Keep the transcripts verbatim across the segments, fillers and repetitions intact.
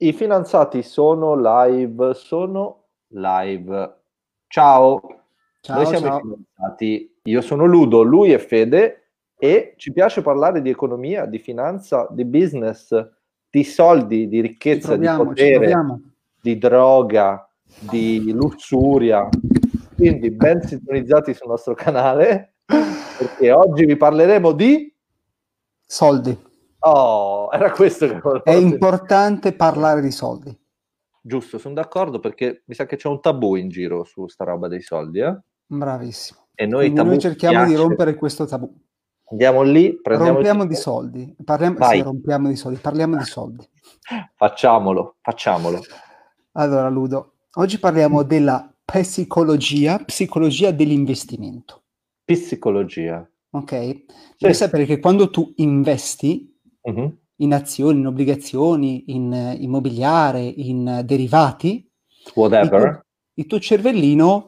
I finanziati sono live, sono live. Ciao, noi Ciao, siamo i ciao. finanziati. Io sono Ludo, lui è Fede e ci piace parlare di economia, di finanza, di business, di soldi, di Ci ricchezza, di proviamo, ci potere, proviamo. di droga, di lussuria. Quindi ben sintonizzati sul nostro canale perché oggi vi parleremo di... Soldi. Oh, era questo che È volevo sentire. importante parlare di soldi. Giusto, sono d'accordo perché mi sa che c'è un tabù in giro su sta roba dei soldi, eh? Bravissimo. E noi Quindi noi tabù cerchiamo di piace. rompere questo tabù. Andiamo lì, prendiamo il Rompiamo di telefono. soldi. Parliamo, sì, Vai. rompiamo di soldi. Parliamo di soldi. Facciamolo, facciamolo. Allora, Ludo, oggi parliamo della psicologia, psicologia dell'investimento. Psicologia. Ok? Sì. Devi sapere che quando tu investi Mhm. in azioni, in obbligazioni, in eh, immobiliare, in eh, derivati, il tuo, Whatever. il tuo cervellino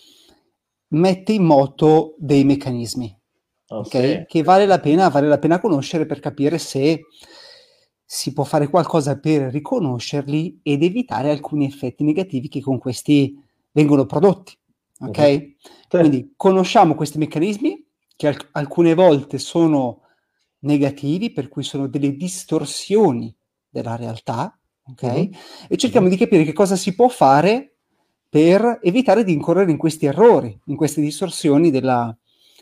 mette in moto dei meccanismi, Oh, ok? sì. Che vale la pena, vale la pena conoscere per capire se si può fare qualcosa per riconoscerli ed evitare alcuni effetti negativi che con questi vengono prodotti, ok? Mhm. Sì. Quindi conosciamo questi meccanismi che alc- alcune volte sono negativi, per cui sono delle distorsioni della realtà, ok? Mhm. E cerchiamo Mhm. di capire che cosa si può fare per evitare di incorrere in questi errori, in queste distorsioni della,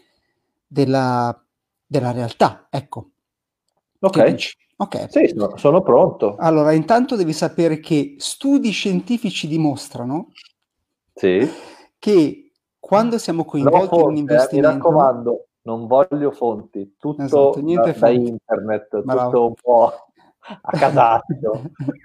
della, della realtà. Ecco, che Ok. dici? Ok. Sì, sono, sono pronto. Allora, intanto devi sapere che studi scientifici dimostrano Sì. che quando siamo No coinvolti in un fonte, eh, mi investimento, raccomando, non voglio fonti, esatto, tutto da, niente da fonti, internet, tutto bravo. un po' a casaccio.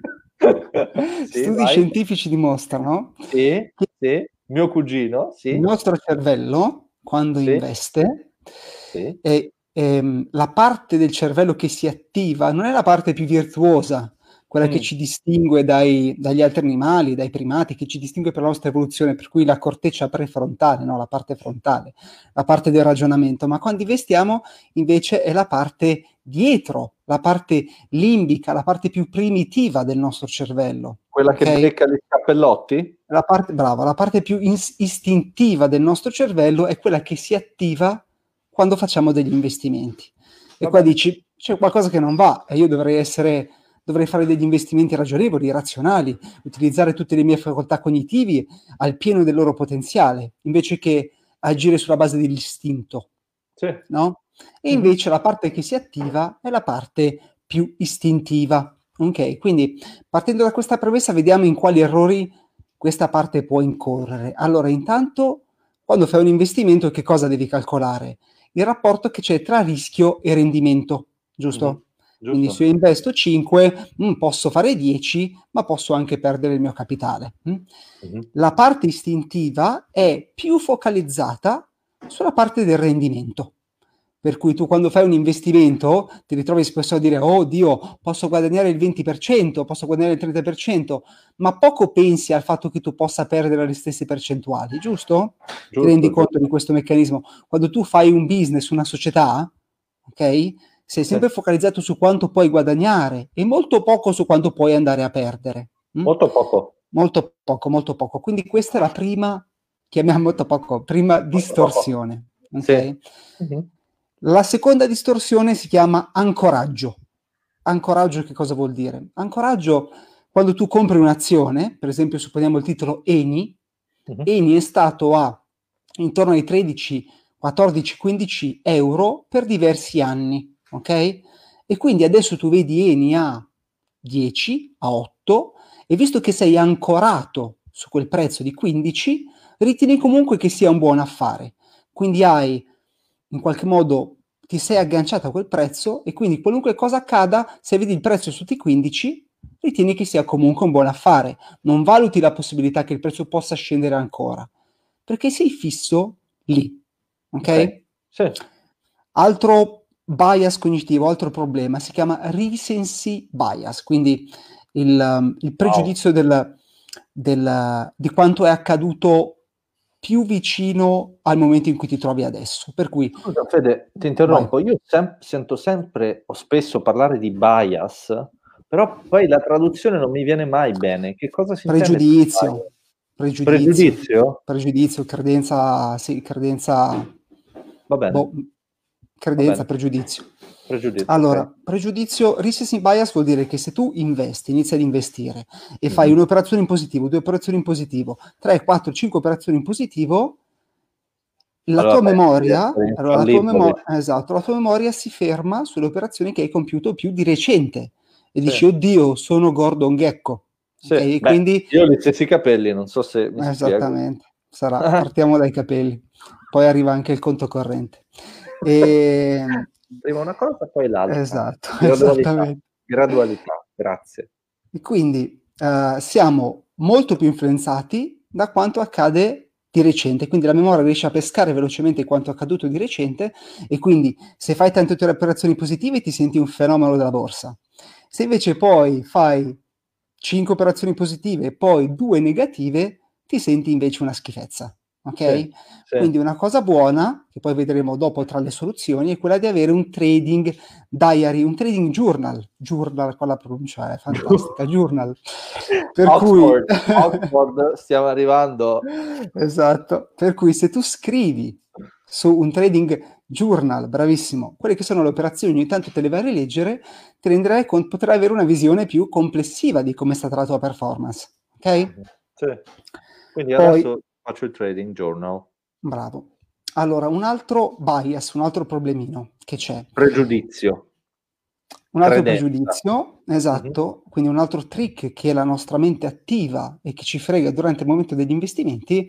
Sì, Studi vai. scientifici dimostrano Sì, che sì, mio cugino, il sì, nostro cervello, quando sì, investe, sì. è, ehm, la parte del cervello che si attiva non è la parte più virtuosa, quella che Mm, ci distingue dai, dagli altri animali, dai primati, che ci distingue per la nostra evoluzione, per cui la corteccia prefrontale, no? La parte frontale, la parte del ragionamento, ma quando investiamo invece è la parte dietro, la parte limbica, la parte più primitiva del nostro cervello, Quella che ok? becca gli cappellotti? La parte, brava, la parte più ins- istintiva del nostro cervello è quella che si attiva quando facciamo degli investimenti. E qua Vabbè, dici, c'è qualcosa che non va e io dovrei essere, dovrei fare degli investimenti ragionevoli, razionali, utilizzare tutte le mie facoltà cognitivi al pieno del loro potenziale, invece che agire sulla base dell'istinto, sì. no? E Mhm. invece la parte che si attiva è la parte più istintiva. Ok, quindi partendo da questa premessa vediamo in quali errori questa parte può incorrere. Allora, intanto, quando fai un investimento, che cosa devi calcolare? Il rapporto che c'è tra rischio e rendimento, Mhm. giusto? Quindi se Giusto? io investo cinque, mm, posso fare dieci, ma posso anche perdere il mio capitale. mm. Mhm. La parte istintiva è più focalizzata sulla parte del rendimento. Per cui tu quando fai un investimento ti ritrovi spesso a dire, oh Dio, posso guadagnare il venti per cento, posso guadagnare il trenta per cento, ma poco pensi al fatto che tu possa perdere le stesse percentuali, giusto? Ti rendi Giusto, conto di giusto. questo meccanismo? Quando tu fai un business, una società, ok? Sei Sì. sempre focalizzato su quanto puoi guadagnare e molto poco su quanto puoi andare a perdere. mm? Molto poco. Molto poco, molto poco. Quindi questa è la prima, chiamiamo molto poco, prima Molto poco. distorsione, Sì. ok? Mhm. La seconda distorsione si chiama ancoraggio. Ancoraggio che cosa vuol dire? Ancoraggio, quando tu compri un'azione, per esempio supponiamo il titolo Eni, Mhm. Eni è stato a intorno ai tredici, quattordici, quindici euro per diversi anni, ok? E quindi adesso tu vedi Eni a dieci, a otto, e visto che sei ancorato su quel prezzo di quindici, ritieni comunque che sia un buon affare. Quindi hai, in qualche modo, ti sei agganciato a quel prezzo e quindi qualunque cosa accada, se vedi il prezzo sotto i quindici, ritieni che sia comunque un buon affare. Non valuti la possibilità che il prezzo possa scendere ancora, perché sei fisso lì. Ok. Ok? Sì. Altro bias cognitivo, altro problema, si chiama recency bias, quindi il, um, il Wow. pregiudizio del, del, di quanto è accaduto più vicino al momento in cui ti trovi adesso. Per cui, Scusa Fede, ti vai. interrompo. Io sem- sento sempre o spesso parlare di bias Però poi la traduzione non mi viene mai bene. Che cosa si intende? Pregiudizio. Pregiudizio. Pregiudizio? Pregiudizio, credenza, sì, credenza, Va bene. boh, credenza, Va bene. pregiudizio. Pregiudizio, Allora, ok. pregiudizio, recency bias vuol dire che se tu investi, inizi ad investire e Mm. fai un'operazione in positivo, due operazioni in positivo, tre, quattro, cinque operazioni in positivo, la Allora, tua pensi di memoria, essere allora, la tua infallibili. memoria, esatto, la tua memoria si ferma sulle operazioni che hai compiuto più di recente e Sì. dici, oddio, sono Gordon Gekko. Sì. Okay? Beh, Quindi, io ho gli stessi capelli, non so se mi spiego. esattamente, sarà, partiamo dai capelli, poi arriva anche il conto corrente. E... Prima una cosa, poi l'altra. Esatto, Gradualità. esattamente. Gradualità, grazie. E quindi uh, siamo molto più influenzati da quanto accade di recente, quindi la memoria riesce a pescare velocemente quanto accaduto di recente e quindi se fai tante operazioni positive ti senti un fenomeno della borsa. Se invece poi fai cinque operazioni positive e poi due negative, ti senti invece una schifezza. Ok? Sì, sì. Quindi una cosa buona, che poi vedremo dopo tra le soluzioni, è quella di avere un trading diary, un trading journal, journal con la pronuncia è fantastica, journal. Per Oxford, cui Oxford, stiamo arrivando. Esatto, per cui se tu scrivi su un trading journal, bravissimo, quelle che sono le operazioni, ogni tanto te le vai a rileggere, ti renderai conto, potrai avere una visione più complessiva di come è stata la tua performance, ok? Sì. Quindi Poi, adesso faccio il trading journal. bravo. Allora, un altro bias, un altro problemino che c'è. Pregiudizio. Un altro Credenza. pregiudizio, esatto, mm-hmm. Quindi un altro trick che la nostra mente attiva e che ci frega durante il momento degli investimenti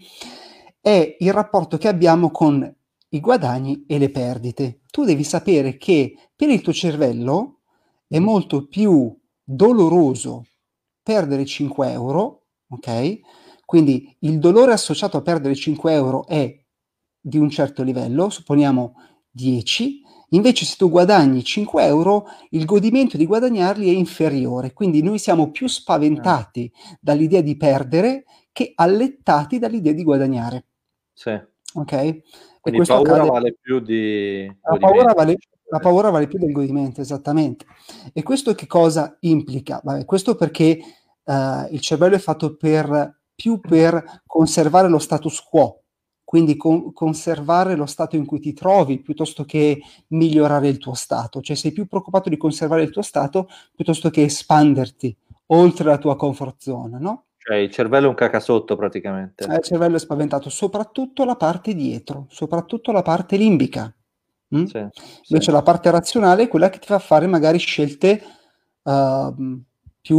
è il rapporto che abbiamo con i guadagni e le perdite. Tu devi sapere che per il tuo cervello è molto più doloroso perdere cinque euro, ok? Quindi il dolore associato a perdere cinque euro è di un certo livello, supponiamo dieci, invece se tu guadagni cinque euro, il godimento di guadagnarli è inferiore, quindi noi siamo più spaventati dall'idea di perdere che allettati dall'idea di guadagnare. Sì. Ok? Quindi e questo paura accade... vale più di la paura vale, la paura vale più del godimento, esattamente. E questo che cosa implica? Vabbè, questo perché uh, il cervello è fatto per più per conservare lo status quo, quindi con, conservare lo stato in cui ti trovi piuttosto che migliorare il tuo stato, cioè sei più preoccupato di conservare il tuo stato piuttosto che espanderti oltre la tua comfort zone, no? Cioè il cervello è un cacasotto praticamente. Eh, il cervello è spaventato, soprattutto la parte dietro, soprattutto la parte limbica. Mm? Sì, Invece sì. la parte razionale è quella che ti fa fare magari scelte uh, più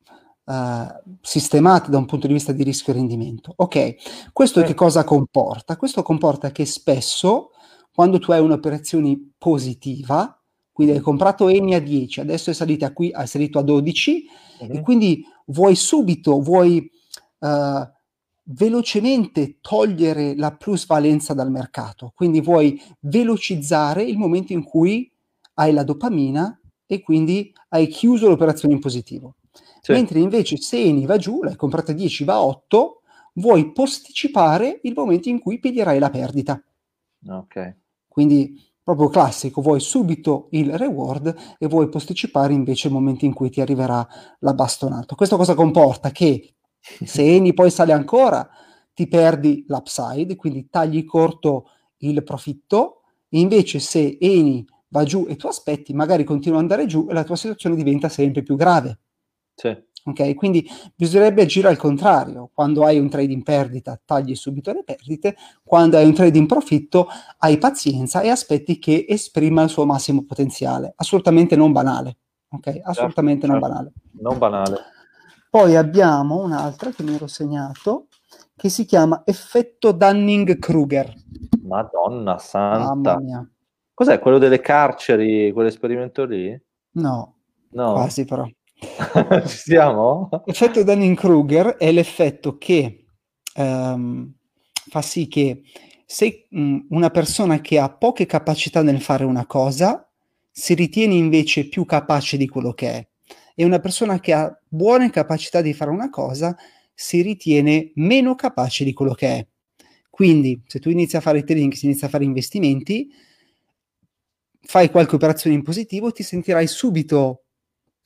uh, sistemate da un punto di vista di rischio e rendimento. Ok, questo sì. Che cosa comporta? Questo comporta che spesso quando tu hai un'operazione positiva, quindi hai comprato Eni a dieci, adesso è salita qui, è salito a dodici, uh-huh. E quindi vuoi subito, vuoi uh, velocemente togliere la plusvalenza dal mercato, quindi vuoi velocizzare il momento in cui hai la dopamina e quindi hai chiuso l'operazione in positivo. Sì. Mentre invece se Eni va giù, l'hai comprata a dieci, va a otto, vuoi posticipare il momento in cui piglierai la perdita. Ok. Quindi proprio classico, vuoi subito il reward e vuoi posticipare invece il momento in cui ti arriverà la bastonata. Questo cosa comporta? Che se Eni poi sale ancora, ti perdi l'upside, quindi tagli corto il profitto, e invece se Eni va giù e tu aspetti, magari continua ad andare giù e la tua situazione diventa sempre più grave. Sì. Ok, quindi bisognerebbe agire al contrario. Quando hai un trade in perdita, tagli subito le perdite, quando hai un trade in profitto, hai pazienza e aspetti che esprima il suo massimo potenziale. Assolutamente non banale. Ok, assolutamente certo, non certo. banale. Non banale. Poi abbiamo un'altra che mi ero segnato, che si chiama effetto Dunning-Kruger. Madonna santa. Mamma mia. Cos'è quello delle carceri, quell'esperimento lì? No, no? Quasi però. Ci siamo? L'effetto Dunning-Kruger è l'effetto che um, fa sì che se um, una persona che ha poche capacità nel fare una cosa si ritiene invece più capace di quello che è, e una persona che ha buone capacità di fare una cosa si ritiene meno capace di quello che è. Quindi se tu inizi a fare trading, se inizi a fare investimenti, fai qualche operazione in positivo, ti sentirai subito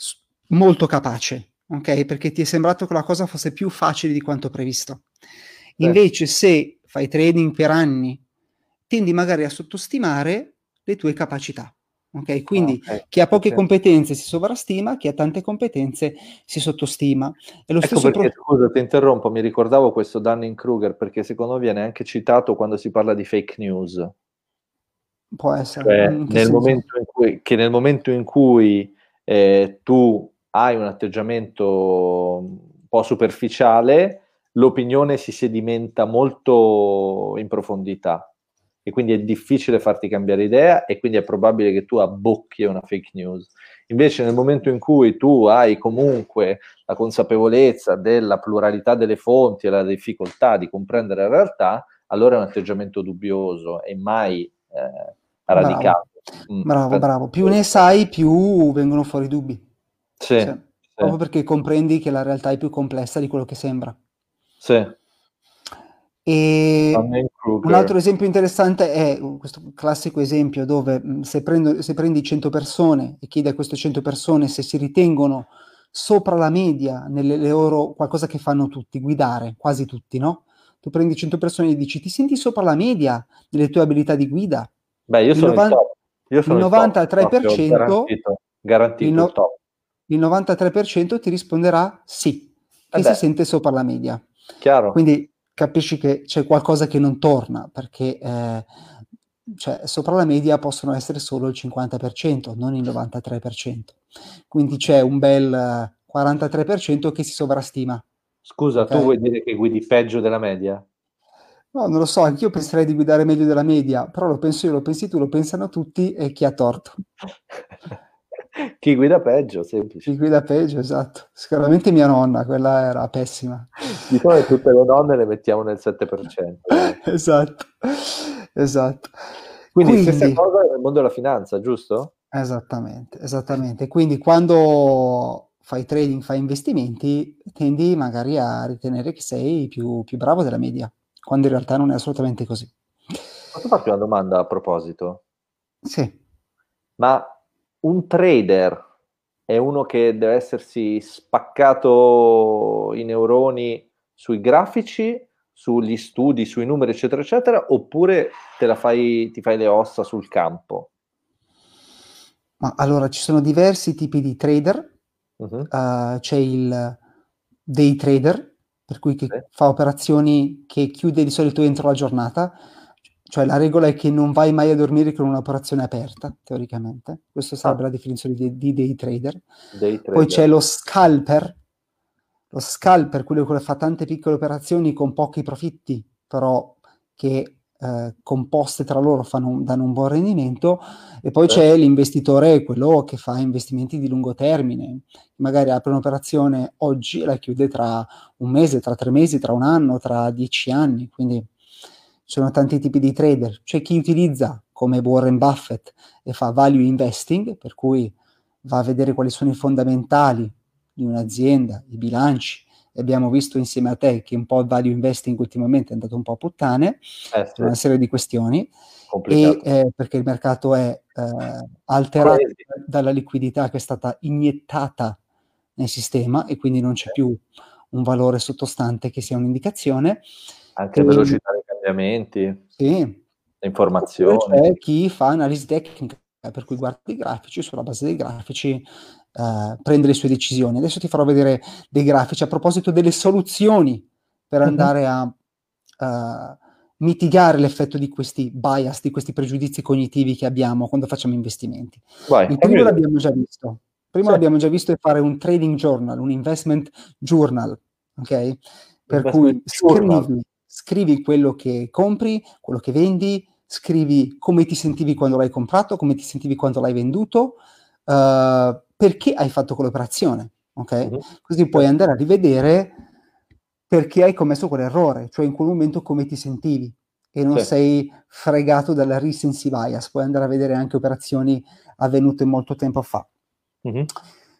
molto capace, ok? Perché ti è sembrato che la cosa fosse più facile di quanto previsto. Invece, se fai trading per anni, tendi magari a sottostimare le tue capacità. Ok, quindi Ah, okay. chi ha poche Sì, sì. competenze si sovrastima, chi ha tante competenze si sottostima. E lo Ecco stesso perché, pro- scusa, ti interrompo, mi ricordavo questo Dunning-Kruger perché secondo me viene anche citato quando si parla di fake news. può essere, Cioè, in che nel senso? momento in cui, che nel momento in cui eh, tu hai un atteggiamento un po' superficiale, l'opinione si sedimenta molto in profondità e quindi è difficile farti cambiare idea e quindi è probabile che tu abbocchi a una fake news. Invece nel momento in cui tu hai comunque la consapevolezza della pluralità delle fonti e la difficoltà di comprendere la realtà, allora è un atteggiamento dubbioso e mai eh, Bravo, radicato. Mm, bravo, penso bravo. Più che ne sia- sai, più vengono fuori dubbi. Sì, Sì, sì, proprio perché comprendi che la realtà è più complessa di quello che sembra. sì. E un Dunning-Kruger. altro esempio interessante è questo classico esempio dove mh, se, prendo- se prendi cento persone e chiedi a queste cento persone se si ritengono sopra la media nelle loro qualcosa che fanno tutti, guidare, quasi tutti, no? Tu prendi cento persone e gli dici ti senti sopra la media nelle tue abilità di guida? Beh, io Il, sono il novan- top. Io il sono il top, proprio novantatré per cento, garantito, il, garantito il no- top. il novantatré per cento ti risponderà sì, E che si beh, sente sopra la media. chiaro. Quindi capisci che c'è qualcosa che non torna, perché eh, cioè, sopra la media possono essere solo il cinquanta per cento, non il novantatré per cento. Quindi c'è un bel eh, quarantatré per cento che si sovrastima. Scusa, tu Ok? vuoi dire che guidi peggio della media? No, non lo so, anch'io penserei di guidare meglio della media, però lo penso io, lo pensi tu, lo pensano tutti e chi ha torto? Chi guida peggio, semplice. Chi guida peggio, esatto. Sicuramente mia nonna, quella era pessima. Diciamo che tutte le donne le mettiamo nel sette per cento, dai. Esatto, esatto. Quindi stessa Quindi, cosa nel mondo della finanza, giusto? esattamente, esattamente. Quindi quando fai trading, fai investimenti, tendi magari a ritenere che sei più, più bravo della media, quando in realtà non è assolutamente così. Posso farti una domanda a proposito? Sì. Ma un trader è uno che deve essersi spaccato i neuroni sui grafici, sugli studi, sui numeri, eccetera, eccetera, oppure te la fai, ti fai le ossa sul campo? Ma allora ci sono diversi tipi di trader. Mhm. Uh, c'è il day trader, per cui Sì. che fa operazioni che chiude di solito entro la giornata, cioè la regola è che non vai mai a dormire con un'operazione aperta, teoricamente. Questa sarebbe Ah, la definizione di, di day trader. day Poi trader. c'è lo scalper, lo scalper, quello che fa tante piccole operazioni con pochi profitti, però che eh, composte tra loro fanno un- danno un buon rendimento. E poi Sì. c'è l'investitore, quello che fa investimenti di lungo termine, magari apre un'operazione oggi e la chiude tra un mese, tra tre mesi, tra un anno, tra dieci anni. Quindi ci sono tanti tipi di trader. C'è chi utilizza, come Warren Buffett, e fa value investing, per cui va a vedere quali sono i fondamentali di un'azienda, i bilanci. E abbiamo visto insieme a te che un po' il value investing ultimamente è andato un po' a puttane Eh per sì, una serie di questioni, e complicato. eh, perché il mercato è eh, alterato Crazy. dalla liquidità che è stata iniettata nel sistema e quindi non c'è Sì. più un valore sottostante che sia un'indicazione. Anche E, velocità dei cambiamenti, sì. Oppure informazioni. c'è chi fa analisi tecnica, per cui guarda i grafici, sulla base dei grafici eh, prende le sue decisioni. Adesso ti farò vedere dei grafici a proposito delle soluzioni per Mhm. andare a eh, mitigare l'effetto di questi bias, di questi pregiudizi cognitivi che abbiamo quando facciamo investimenti. Vai, Il fammi primo vedere. l'abbiamo già visto. Primo Sì, l'abbiamo già visto è fare un trading journal, un investment journal, ok? Per investment cui journal. scrivi, scrivi quello che compri, quello che vendi, scrivi come ti sentivi quando l'hai comprato, come ti sentivi quando l'hai venduto, uh, perché hai fatto quell'operazione, ok? Mhm. Così Sì. puoi andare a rivedere perché hai commesso quell'errore, cioè in quel momento come ti sentivi e non Sì. sei fregato dalla recency bias, puoi andare a vedere anche operazioni avvenute molto tempo fa. Mhm.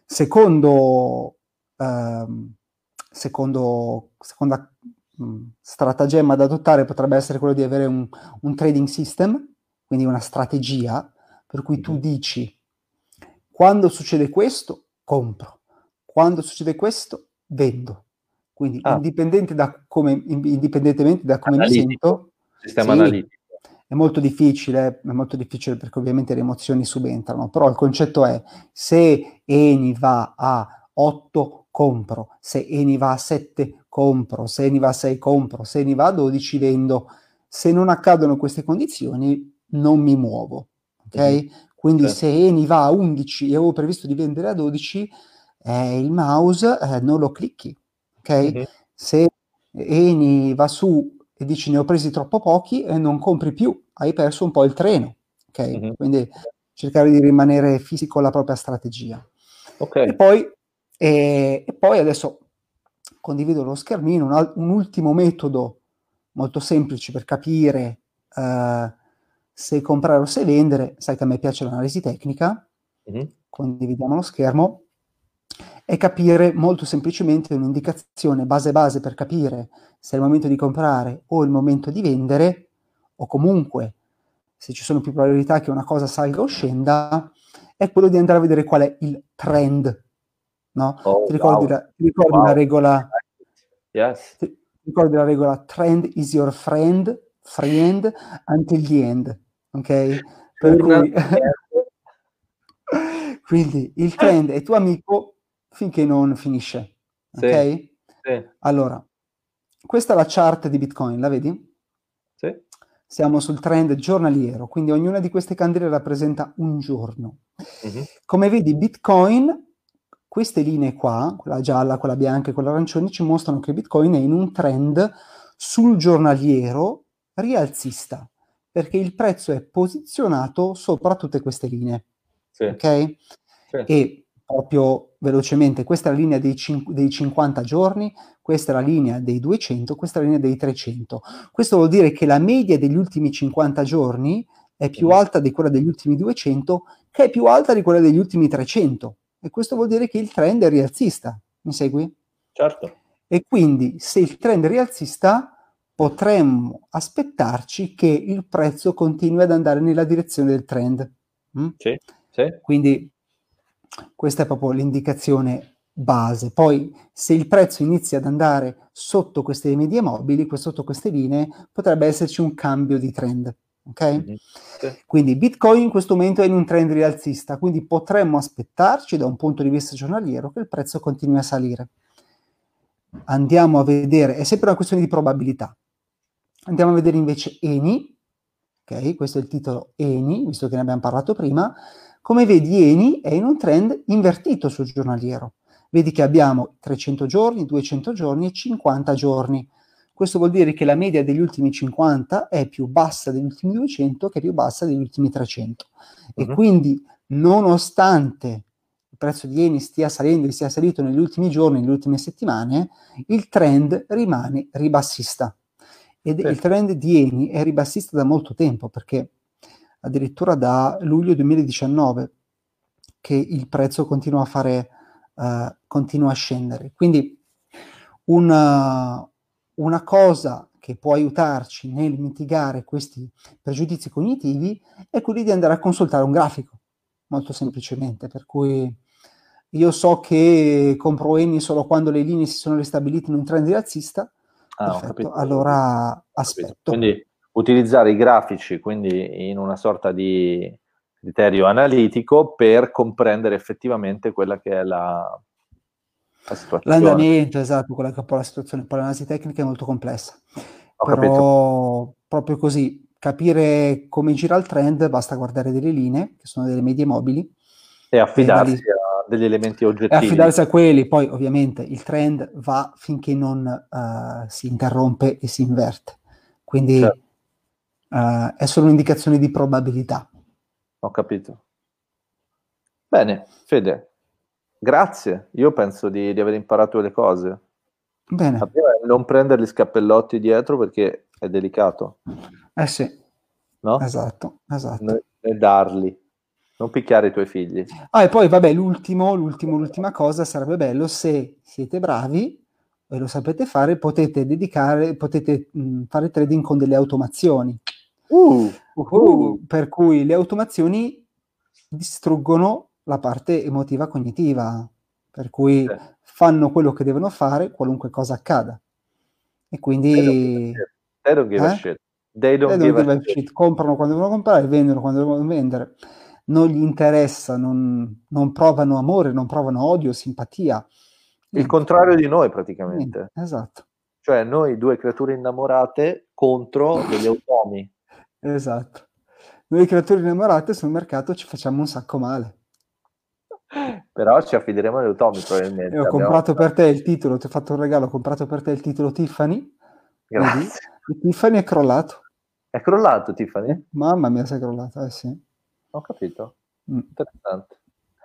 Secondo, ehm, secondo, seconda mh, stratagemma da adottare potrebbe essere quello di avere un, un trading system, quindi una strategia per cui tu Mhm. dici quando succede questo compro, quando succede questo, vendo. Quindi Ah. indipendente da come, indipendentemente da come Analitico. mi sento, Sistema sì, analitico. è molto difficile, è molto difficile perché ovviamente le emozioni subentrano, però il concetto è: se Eni va a otto compro, se Eni va a sette compro, se Eni va a sei compro, se Eni va a dodici vendo. Se non accadono queste condizioni non mi muovo, ok? Mm-hmm. Quindi Sì. se Eni va a undici e avevo previsto di vendere a dodici, eh, il mouse eh, non lo clicchi, ok? Mm-hmm. Se Eni va su e dici ne ho presi troppo pochi e non compri più, hai perso un po' il treno, ok? Mm-hmm. Quindi cercare di rimanere fisico alla propria strategia. Okay. E poi, e, e poi adesso condivido lo schermino, un, al- un ultimo metodo molto semplice per capire uh, se comprare o se vendere. Sai che a me piace l'analisi tecnica, mm-hmm. Condividiamo lo schermo, è capire molto semplicemente un'indicazione base base per capire se è il momento di comprare o il momento di vendere, o comunque se ci sono più probabilità che una cosa salga o scenda, è quello di andare a vedere qual è il trend. No? Oh, ti ricordi, wow. la, ti ricordi wow. la regola? Yes. Ti, ti ricordi la regola trend is your friend, friend until the end, ok? Per cui quindi il trend è tuo amico finché non finisce, ok? Sì, sì. Allora, questa è la chart di Bitcoin, la vedi? Sì. Siamo sul trend giornaliero, quindi ognuna di queste candele rappresenta un giorno. Mm-hmm. Come vedi, Bitcoin, queste linee qua, quella gialla, quella bianca e quella arancione, ci mostrano che Bitcoin è in un trend sul giornaliero rialzista, perché il prezzo è posizionato sopra tutte queste linee. Sì. Ok? Sì. E proprio velocemente, questa è la linea dei, cin- dei cinquanta giorni, questa è la linea dei duecento, questa è la linea dei trecento. Questo vuol dire che la media degli ultimi cinquanta giorni è più Mm-hmm. alta di quella degli ultimi duecento, che è più alta di quella degli ultimi trecento. E questo vuol dire che il trend è rialzista. Mi segui? Certo. E quindi, se il trend è rialzista, potremmo aspettarci che il prezzo continui ad andare nella direzione del trend. Mm? Sì, sì. Quindi questa è proprio l'indicazione base. Poi se il prezzo inizia ad andare sotto queste medie mobili, sotto queste linee, potrebbe esserci un cambio di trend. Ok? Mm-hmm. Sì. Quindi Bitcoin in questo momento è in un trend rialzista, quindi potremmo aspettarci da un punto di vista giornaliero che il prezzo continui a salire. Andiamo a vedere, è sempre una questione di probabilità. Andiamo a vedere invece Eni, ok? Questo è il titolo Eni, visto che ne abbiamo parlato prima. Come vedi, Eni è in un trend invertito sul giornaliero. Vedi che abbiamo trecento giorni, duecento giorni e cinquanta giorni. Questo vuol dire che la media degli ultimi cinquanta è più bassa degli ultimi duecento, che è più bassa degli ultimi trecento. E Mm-hmm. quindi, nonostante il prezzo di Eni stia salendo e sia salito negli ultimi giorni, nelle ultime settimane, il trend rimane ribassista. Ed Sì. il trend di Eni è ribassista da molto tempo, perché addirittura da luglio duemiladiciannove che il prezzo continua a fare, uh, continua a scendere. Quindi una, una cosa che può aiutarci nel mitigare questi pregiudizi cognitivi è quello di andare a consultare un grafico, molto semplicemente, per cui io so che compro Eni solo quando le linee si sono ristabilite in un trend rialzista. Ah, perfetto, ho allora ho aspetto. Quindi utilizzare i grafici, quindi in una sorta di criterio analitico, per comprendere effettivamente quella che è la, la situazione. L'andamento, esatto, quella che è un po' la situazione, poi l'analisi tecnica è molto complessa. Ho Però capito. proprio così, capire come gira il trend, basta guardare delle linee, che sono delle medie mobili, E e da lì affidarsi a degli elementi e oggettivi. affidarsi a quelli. Poi ovviamente il trend va finché non uh, si interrompe e si inverte, quindi Certo. uh, è solo un'indicazione di probabilità. Ho capito. Bene, Fede, grazie. Io penso di, di aver imparato le cose. Bene. Non prendere gli scappellotti dietro perché è delicato. Eh sì, no? Esatto, esatto. E darli. Non picchiare i tuoi figli. Ah, e poi vabbè, l'ultimo, l'ultimo, l'ultima cosa, sarebbe bello se siete bravi e lo sapete fare, potete dedicare, potete mh, fare trading con delle automazioni. Uh, uh, Uh, per cui le automazioni distruggono la parte emotiva cognitiva. per cui Sì. fanno quello che devono fare qualunque cosa accada. E quindi They don't give a eh? shit. They They don't don't give a give a shit. shit. Comprano quando devono comprare, vendono quando devono vendere. Non gli interessa, non, non provano amore, non provano odio, simpatia. Il Niente. contrario di noi Niente, praticamente. esatto. Cioè noi due creature innamorate contro degli automi. Esatto. Noi creature innamorate sul mercato ci facciamo un sacco male. Però ci affideremo agli automi E probabilmente. ho Abbiamo... comprato per te il titolo, ti ho fatto un regalo, ho comprato per te il titolo Tiffany, vedi? Grazie. Il Tiffany è crollato. È crollato Tiffany? Eh, mamma mia, sei crollato, eh sì. Ho capito. Mm. Interessante.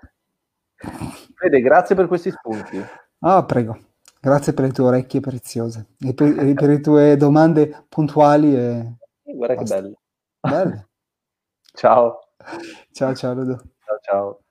Fede, grazie per questi spunti. Ah, prego. Grazie per le tue orecchie preziose e per, e per le tue domande puntuali e Guarda che basta. bello. Belle. Ciao. Ciao, ciao, Ludo. Ciao, ciao.